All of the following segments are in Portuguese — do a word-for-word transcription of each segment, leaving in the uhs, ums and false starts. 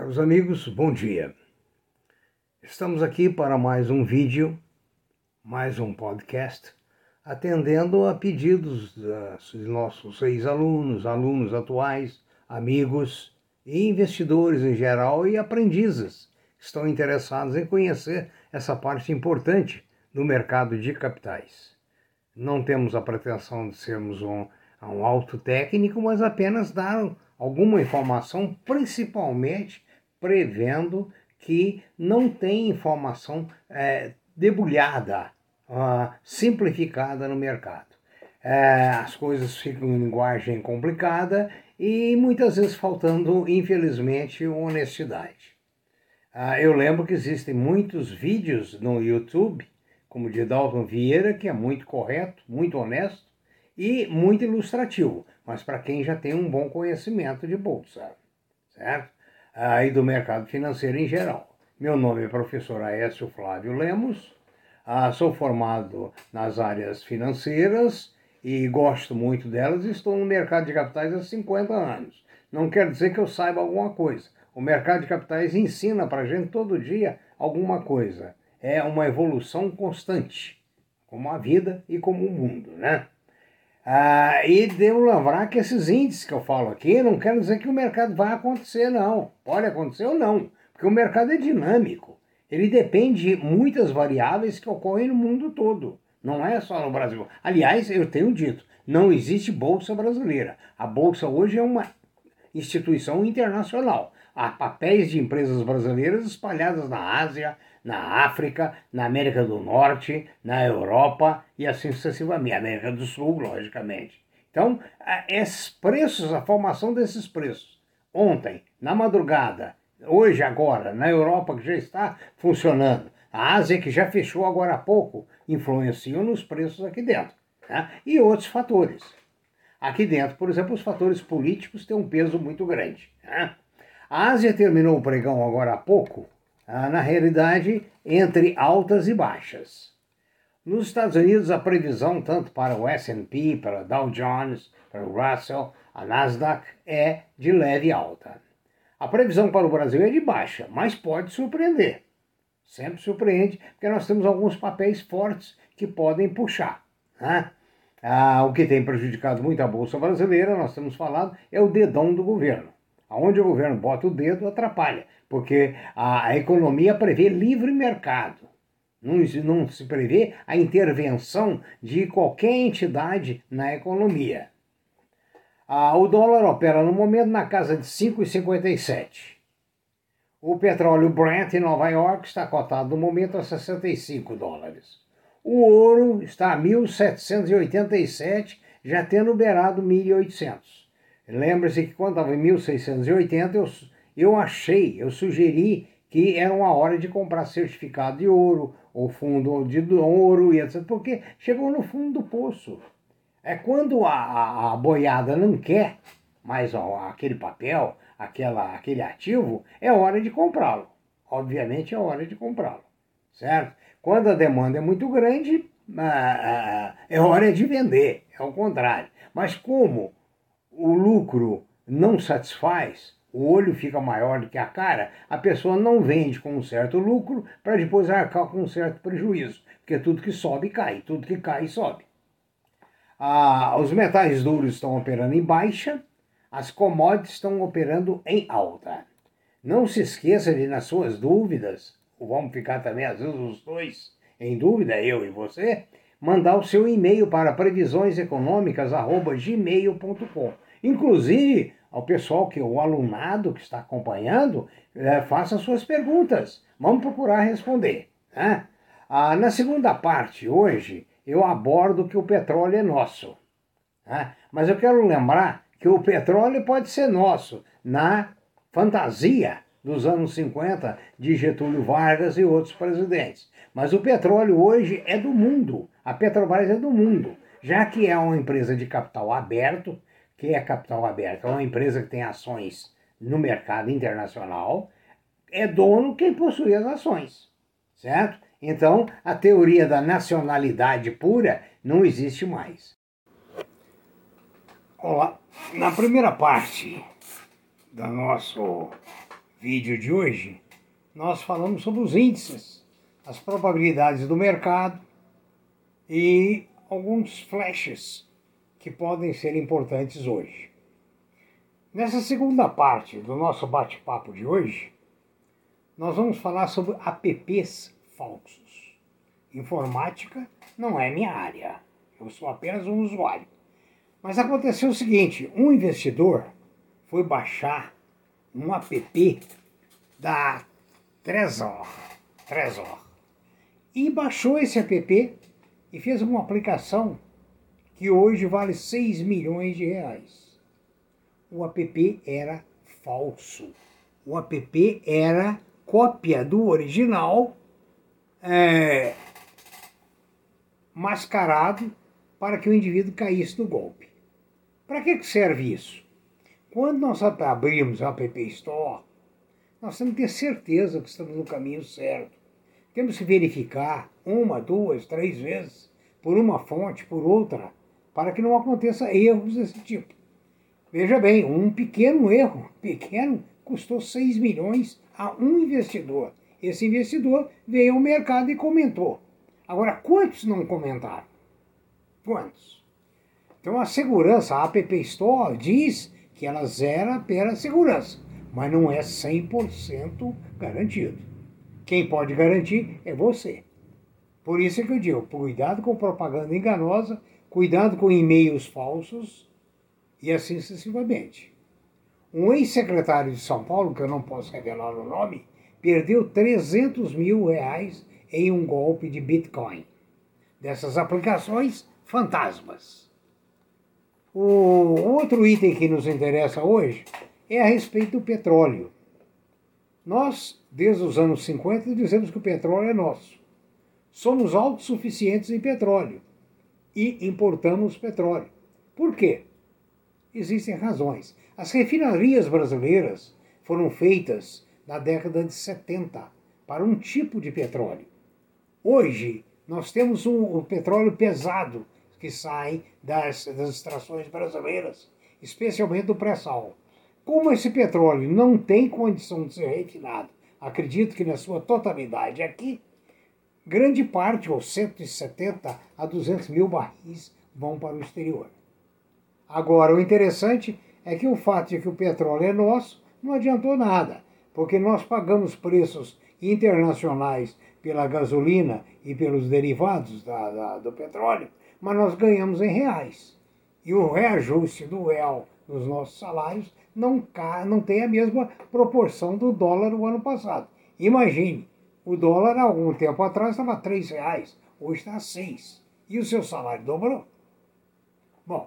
Caros amigos, bom dia. Estamos aqui para mais um vídeo, mais um podcast, atendendo a pedidos de nossos ex-alunos, alunos atuais, amigos e investidores em geral e aprendizes que estão interessados em conhecer essa parte importante do mercado de capitais. Não temos a pretensão de sermos um, um alto técnico, mas apenas dar alguma informação, principalmente prevendo que não tem informação é, debulhada, uh, simplificada no mercado. É, as coisas ficam em linguagem complicada e muitas vezes faltando, infelizmente, honestidade. Uh, eu lembro que existem muitos vídeos no YouTube, como o de Dalton Vieira, que é muito correto, muito honesto e muito ilustrativo, mas para quem já tem um bom conhecimento de bolsa, certo? Ah, e do mercado financeiro em geral. Meu nome é professor Aécio Flávio Lemos, ah, sou formado nas áreas financeiras e gosto muito delas e estou no mercado de capitais há cinquenta anos. Não quer dizer que eu saiba alguma coisa. O mercado de capitais ensina para a gente todo dia alguma coisa. É uma evolução constante, como a vida e como o mundo, né? Ah, e devo lembrar que esses índices que eu falo aqui não quer dizer que o mercado vai acontecer, não. Pode acontecer ou não, porque o mercado é dinâmico. Ele depende de muitas variáveis que ocorrem no mundo todo. Não é só no Brasil. Aliás, eu tenho dito, não existe bolsa brasileira. A bolsa hoje é uma instituição internacional. Há papéis de empresas brasileiras espalhadas na Ásia, na África, na América do Norte, na Europa e assim sucessivamente, América do Sul, logicamente. Então, esses preços, a formação desses preços, ontem, na madrugada, hoje, agora, na Europa, que já está funcionando, a Ásia, que já fechou agora há pouco, influenciam nos preços aqui dentro, né? E outros fatores. Aqui dentro, por exemplo, os fatores políticos têm um peso muito grande, né? A Ásia terminou o pregão agora há pouco, na realidade, entre altas e baixas. Nos Estados Unidos, a previsão, tanto para o S and P, para o Dow Jones, para o Russell, a Nasdaq, é de leve alta. A previsão para o Brasil é de baixa, mas pode surpreender. Sempre surpreende, porque nós temos alguns papéis fortes que podem puxar, né? Ah, o que tem prejudicado muito a Bolsa Brasileira, nós temos falado, é o dedão do governo. Aonde o governo bota o dedo, atrapalha, porque a, a economia prevê livre mercado. Não, não se prevê a intervenção de qualquer entidade na economia. Ah, o dólar opera no momento na casa de cinco reais e cinquenta e sete centavos. O petróleo Brent em Nova York está cotado no momento a sessenta e cinco dólares. O ouro está a mil setecentos e oitenta e sete, já tendo beirado mil e oitocentos. Lembre-se que quando estava em mil seiscentos e oitenta, eu, eu achei, eu sugeri que era uma hora de comprar certificado de ouro, ou fundo de ouro, e etcétera, porque chegou no fundo do poço. É quando a, a, a boiada não quer mais ó, aquele papel, aquela, aquele ativo, é hora de comprá-lo. Obviamente é hora de comprá-lo, certo? Quando a demanda é muito grande, é hora de vender, é o contrário. Mas como o lucro não satisfaz, o olho fica maior do que a cara, a pessoa não vende com um certo lucro para depois arcar com um certo prejuízo, porque tudo que sobe cai, tudo que cai sobe. Ah, os metais duros estão operando em baixa, as commodities estão operando em alta. Não se esqueça de, nas suas dúvidas, ou vamos ficar também às vezes os dois em dúvida, eu e você, mandar o seu e-mail para previsões econômicas arroba gmail ponto com. Inclusive, ao pessoal que o alunado que está acompanhando, é, faça suas perguntas. Vamos procurar responder, né? Ah, na segunda parte, hoje, eu abordo que o petróleo é nosso, né? Mas eu quero lembrar que o petróleo pode ser nosso na fantasia dos anos cinquenta de Getúlio Vargas e outros presidentes. Mas o petróleo hoje é do mundo. A Petrobras é do mundo, já que é uma empresa de capital aberto. Que é capital aberto? É uma empresa que tem ações no mercado internacional. É dono quem possui as ações, certo? Então, a teoria da nacionalidade pura não existe mais. Olá, na primeira parte do nosso vídeo de hoje, nós falamos sobre os índices, as probabilidades do mercado e alguns flashes que podem ser importantes hoje. Nessa segunda parte do nosso bate-papo de hoje, nós vamos falar sobre apps falsos. Informática não é minha área, eu sou apenas um usuário. Mas aconteceu o seguinte, um investidor foi baixar um app da Trezor, Trezor e baixou esse app e fez uma aplicação que hoje vale seis milhões de reais. O app era falso. O app era cópia do original, é, mascarado para que o indivíduo caísse no golpe. Para que serve isso? Quando nós abrimos a App Store, nós temos que ter certeza que estamos no caminho certo. Temos que verificar uma, duas, três vezes, por uma fonte, por outra, para que não aconteça erros desse tipo. Veja bem, um pequeno erro, pequeno, custou seis milhões a um investidor. Esse investidor veio ao mercado e comentou. Agora, quantos não comentaram? Quantos? Então a segurança, a App Store diz que ela zera pela segurança, mas não é cem por cento garantido. Quem pode garantir é você. Por isso é que eu digo, cuidado com propaganda enganosa, cuidado com e-mails falsos e assim sucessivamente. Um ex-secretário de São Paulo, que eu não posso revelar o nome, perdeu trezentos mil reais em um golpe de Bitcoin. Dessas aplicações fantasmas. O outro item que nos interessa hoje é a respeito do petróleo. Nós, desde os anos cinquenta, dizemos que o petróleo é nosso. Somos autossuficientes em petróleo e importamos petróleo. Por quê? Existem razões. As refinarias brasileiras foram feitas na década de setenta para um tipo de petróleo. Hoje, nós temos um, um petróleo pesado que sai das, das extrações brasileiras, especialmente do pré-sal. Como esse petróleo não tem condição de ser refinado, acredito que na sua totalidade aqui, grande parte, ou cento e setenta a duzentos mil barris, vão para o exterior. Agora, o interessante é que o fato de que o petróleo é nosso não adiantou nada, porque nós pagamos preços internacionais pela gasolina e pelos derivados da, da, do petróleo, mas nós ganhamos em reais. E o reajuste do real nos nossos salários não, não tem a mesma proporção do dólar no ano passado. Imagine, o dólar há algum tempo atrás estava a três reais, hoje está a seis. E o seu salário dobrou? Bom,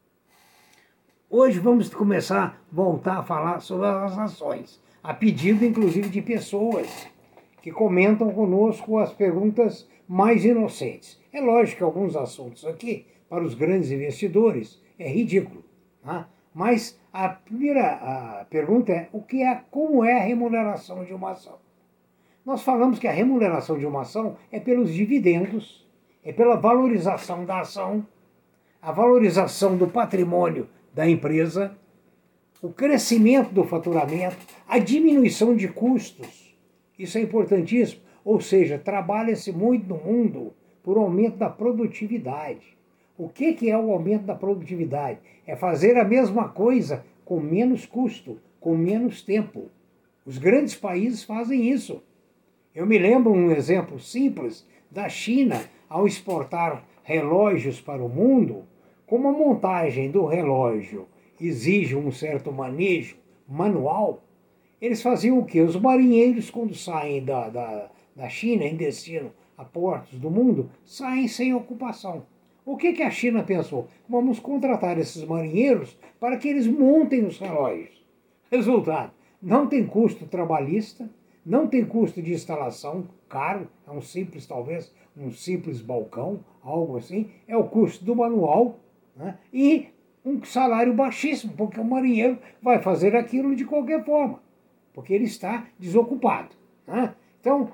hoje vamos começar a voltar a falar sobre as ações, a pedido inclusive de pessoas que comentam conosco as perguntas mais inocentes. É lógico que alguns assuntos aqui, para os grandes investidores, é ridículo. Né? Mas a primeira a pergunta é, o que é, como é a remuneração de uma ação? Nós falamos que a remuneração de uma ação é pelos dividendos, é pela valorização da ação, a valorização do patrimônio da empresa, o crescimento do faturamento, a diminuição de custos. Isso é importantíssimo. Ou seja, trabalha-se muito no mundo por aumento da produtividade. O que, que é o aumento da produtividade? É fazer a mesma coisa com menos custo, com menos tempo. Os grandes países fazem isso. Eu me lembro um exemplo simples da China, ao exportar relógios para o mundo, como a montagem do relógio exige um certo manejo manual, eles faziam o quê? Os marinheiros, quando saem da, da, da China em destino a portos do mundo, saem sem ocupação. O que, que a China pensou? Vamos contratar esses marinheiros para que eles montem os relógios. Resultado, não tem custo trabalhista, não tem custo de instalação caro, é um simples, talvez, um simples balcão, algo assim, é o custo do manual, né? E um salário baixíssimo, porque o marinheiro vai fazer aquilo de qualquer forma, porque ele está desocupado. Né? Então,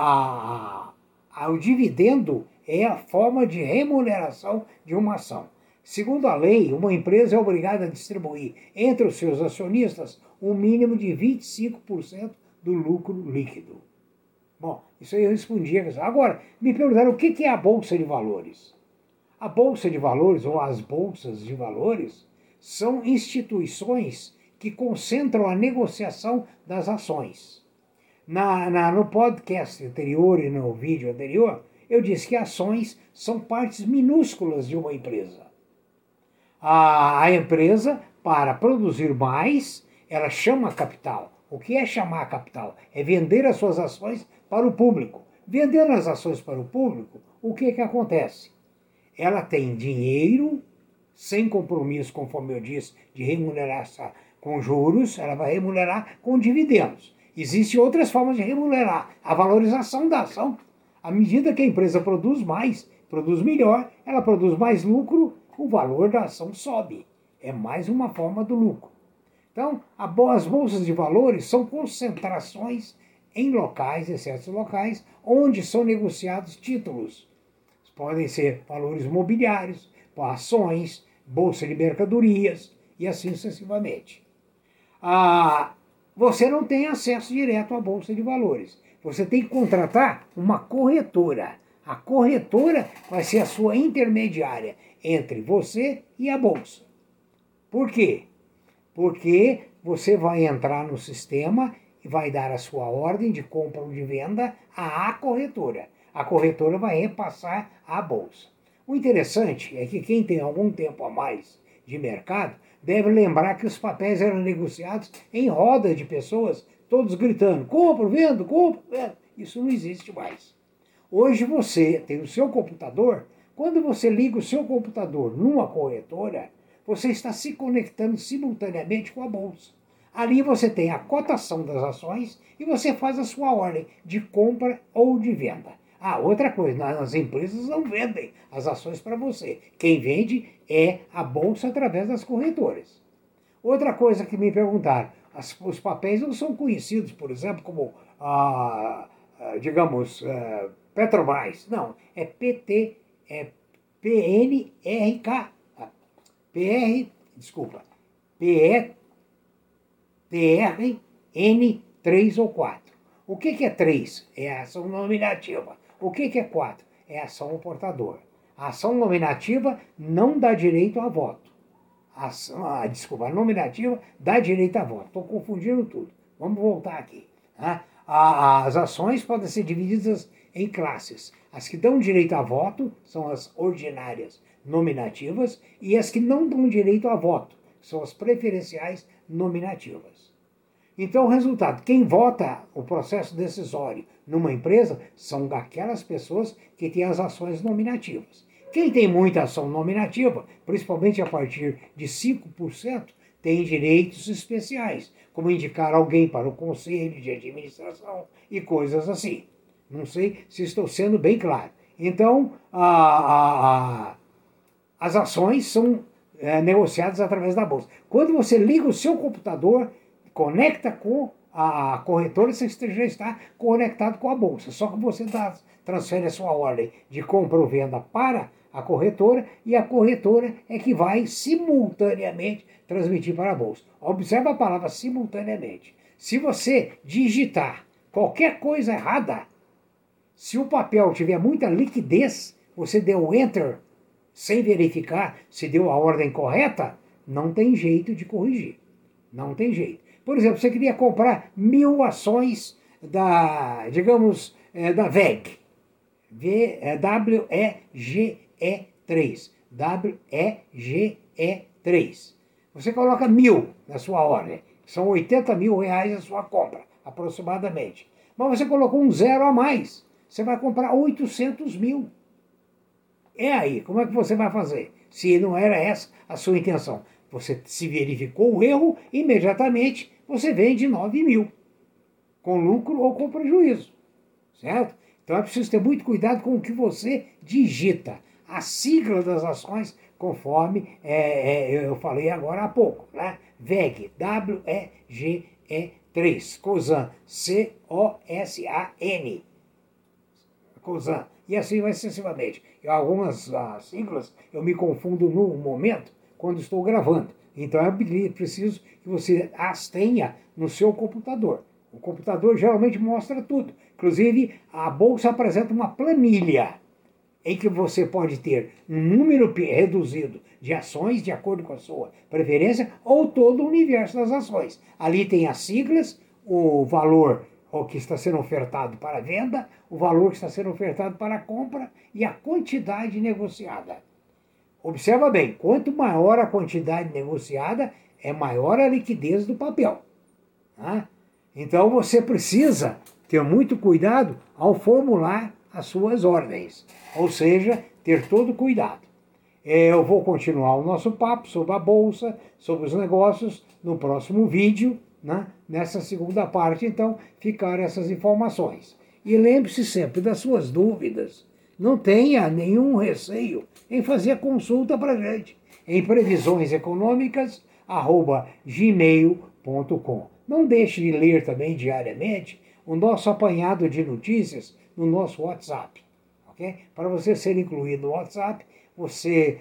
a, a, a, o dividendo é a forma de remuneração de uma ação. Segundo a lei, uma empresa é obrigada a distribuir entre os seus acionistas um mínimo de vinte e cinco por cento do lucro líquido. Bom, isso aí eu respondi. Agora, me perguntaram o que é a Bolsa de Valores. A Bolsa de Valores, ou as Bolsas de Valores, são instituições que concentram a negociação das ações. Na, na, no podcast anterior e no vídeo anterior, eu disse que ações são partes minúsculas de uma empresa. A, a empresa, para produzir mais, ela chama capital. O que é chamar capital? É vender as suas ações para o público. Vendendo as ações para o público, o que, que acontece? Ela tem dinheiro, sem compromisso, conforme eu disse, de remunerar com juros, ela vai remunerar com dividendos. Existem outras formas de remunerar. A valorização da ação. À medida que a empresa produz mais, produz melhor, ela produz mais lucro, o valor da ação sobe. É mais uma forma do lucro. Então, as bolsas de valores são concentrações em locais, em certos locais, onde são negociados títulos. Podem ser valores mobiliários, ações, bolsa de mercadorias e assim sucessivamente. Ah, você não tem acesso direto à bolsa de valores. Você tem que contratar uma corretora. A corretora vai ser a sua intermediária entre você e a bolsa. Por quê? Porque você vai entrar no sistema e vai dar a sua ordem de compra ou de venda à corretora. A corretora vai repassar à bolsa. O interessante é que quem tem algum tempo a mais de mercado deve lembrar que os papéis eram negociados em rodas de pessoas, todos gritando, compro, vendo, compro, vendo. Isso não existe mais. Hoje você tem o seu computador. Quando você liga o seu computador numa corretora, você está se conectando simultaneamente com a bolsa. Ali você tem a cotação das ações e você faz a sua ordem de compra ou de venda. Ah, outra coisa, as empresas não vendem as ações para você. Quem vende é a bolsa através das corretoras. Outra coisa que me perguntaram, as, os papéis não são conhecidos, por exemplo, como, ah, ah, digamos, ah, Petrobras. Não, é P T, é P N R K, P R, desculpa, P R N três ou quatro. O que, que é três? É a ação nominativa. O que, que é quatro? É a ação portadora. A ação nominativa não dá direito a voto. A ação, ah, desculpa, a nominativa dá direito a voto. Estou confundindo tudo. Vamos voltar aqui. Tá? As ações podem ser divididas em classes. As que dão direito a voto são as ordinárias nominativas e as que não dão direito a voto são as preferenciais nominativas. Então, o resultado, quem vota o processo decisório numa empresa são aquelas pessoas que têm as ações nominativas. Quem tem muita ação nominativa, principalmente a partir de cinco por cento, tem direitos especiais, como indicar alguém para o conselho de administração e coisas assim. Não sei se estou sendo bem claro. Então, a, a, a, as ações são é, negociadas através da bolsa. Quando você liga o seu computador, conecta com a corretora, você já está conectado com a bolsa. Só que você dá, transfere a sua ordem de compra ou venda para a corretora e a corretora é que vai simultaneamente transmitir para a bolsa. Observa a palavra simultaneamente. Se você digitar qualquer coisa errada, se o papel tiver muita liquidez, você deu Enter sem verificar se deu a ordem correta, não tem jeito de corrigir. Não tem jeito. Por exemplo, você queria comprar mil ações da, digamos, é, da V E G. V, é, W E G E três. W E G E três. Você coloca mil na sua ordem. São oitenta mil reais a sua compra, aproximadamente. Mas você colocou um zero a mais. Você vai comprar oitocentos mil. É aí, como é que você vai fazer? Se não era essa a sua intenção. Você se verificou o erro, imediatamente você vende nove mil. Com lucro ou com prejuízo. Certo? Então é preciso ter muito cuidado com o que você digita. A sigla das ações, conforme é, é, eu falei agora há pouco. Né? V E G, W E G E três. COSAN, C O S A N. COSAN, e assim vai sucessivamente. Algumas ah, siglas eu me confundo no momento, quando estou gravando. Então é preciso que você as tenha no seu computador. O computador geralmente mostra tudo. Inclusive, a bolsa apresenta uma planilha em que você pode ter um número reduzido de ações de acordo com a sua preferência ou todo o universo das ações. Ali tem as siglas, o valor o que está sendo ofertado para a venda, o valor que está sendo ofertado para a compra e a quantidade negociada. Observa bem, quanto maior a quantidade negociada, é maior a liquidez do papel. Tá? Então você precisa ter muito cuidado ao formular as suas ordens, ou seja, ter todo cuidado. Eu vou continuar o nosso papo sobre a bolsa, sobre os negócios, no próximo vídeo, né? Nessa segunda parte, então, ficaram essas informações. E lembre-se sempre das suas dúvidas. Não tenha nenhum receio em fazer a consulta para a gente, em previsões econômicas, arroba gmail ponto com. Não deixe de ler também diariamente o nosso apanhado de notícias no nosso WhatsApp. Okay? Para você ser incluído no WhatsApp, você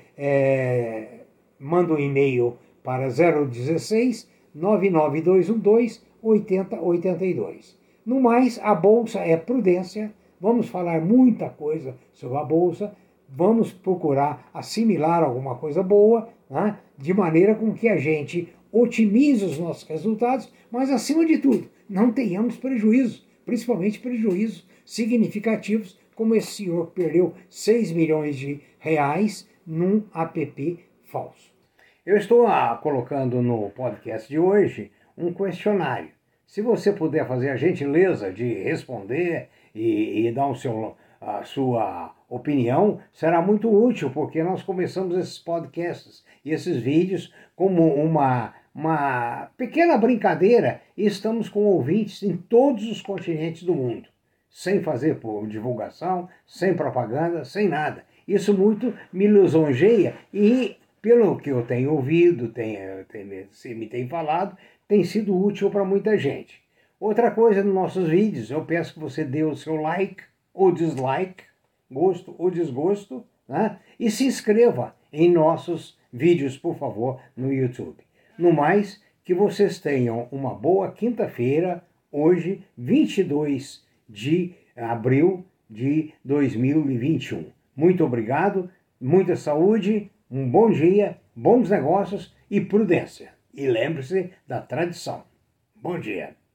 é, manda um e-mail para zero dezesseis, nove nove dois um dois, oito zero oito dois. No mais, a Bolsa é prudência. Vamos falar muita coisa sobre a Bolsa. Vamos procurar assimilar alguma coisa boa, né? De maneira com que a gente otimize os nossos resultados, mas, acima de tudo, não tenhamos prejuízo, principalmente prejuízos significativos, como esse senhor que perdeu seis milhões de reais num app falso. Eu estou ah, colocando no podcast de hoje um questionário. Se você puder fazer a gentileza de responder e, e dar o seu, a sua opinião, será muito útil, porque nós começamos esses podcasts e esses vídeos como uma, uma pequena brincadeira e estamos com ouvintes em todos os continentes do mundo, sem fazer por divulgação, sem propaganda, sem nada. Isso muito me lisonjeia e, pelo que eu tenho ouvido, tenho, tenho, me tem falado, tem sido útil para muita gente. Outra coisa nos nossos vídeos, eu peço que você dê o seu like ou dislike, gosto ou desgosto, né? E se inscreva em nossos vídeos, por favor, no YouTube. No mais, que vocês tenham uma boa quinta-feira, hoje, vinte e dois de abril de dois mil e vinte e um. Muito obrigado, muita saúde, um bom dia, bons negócios e prudência. E lembre-se da tradição. Bom dia.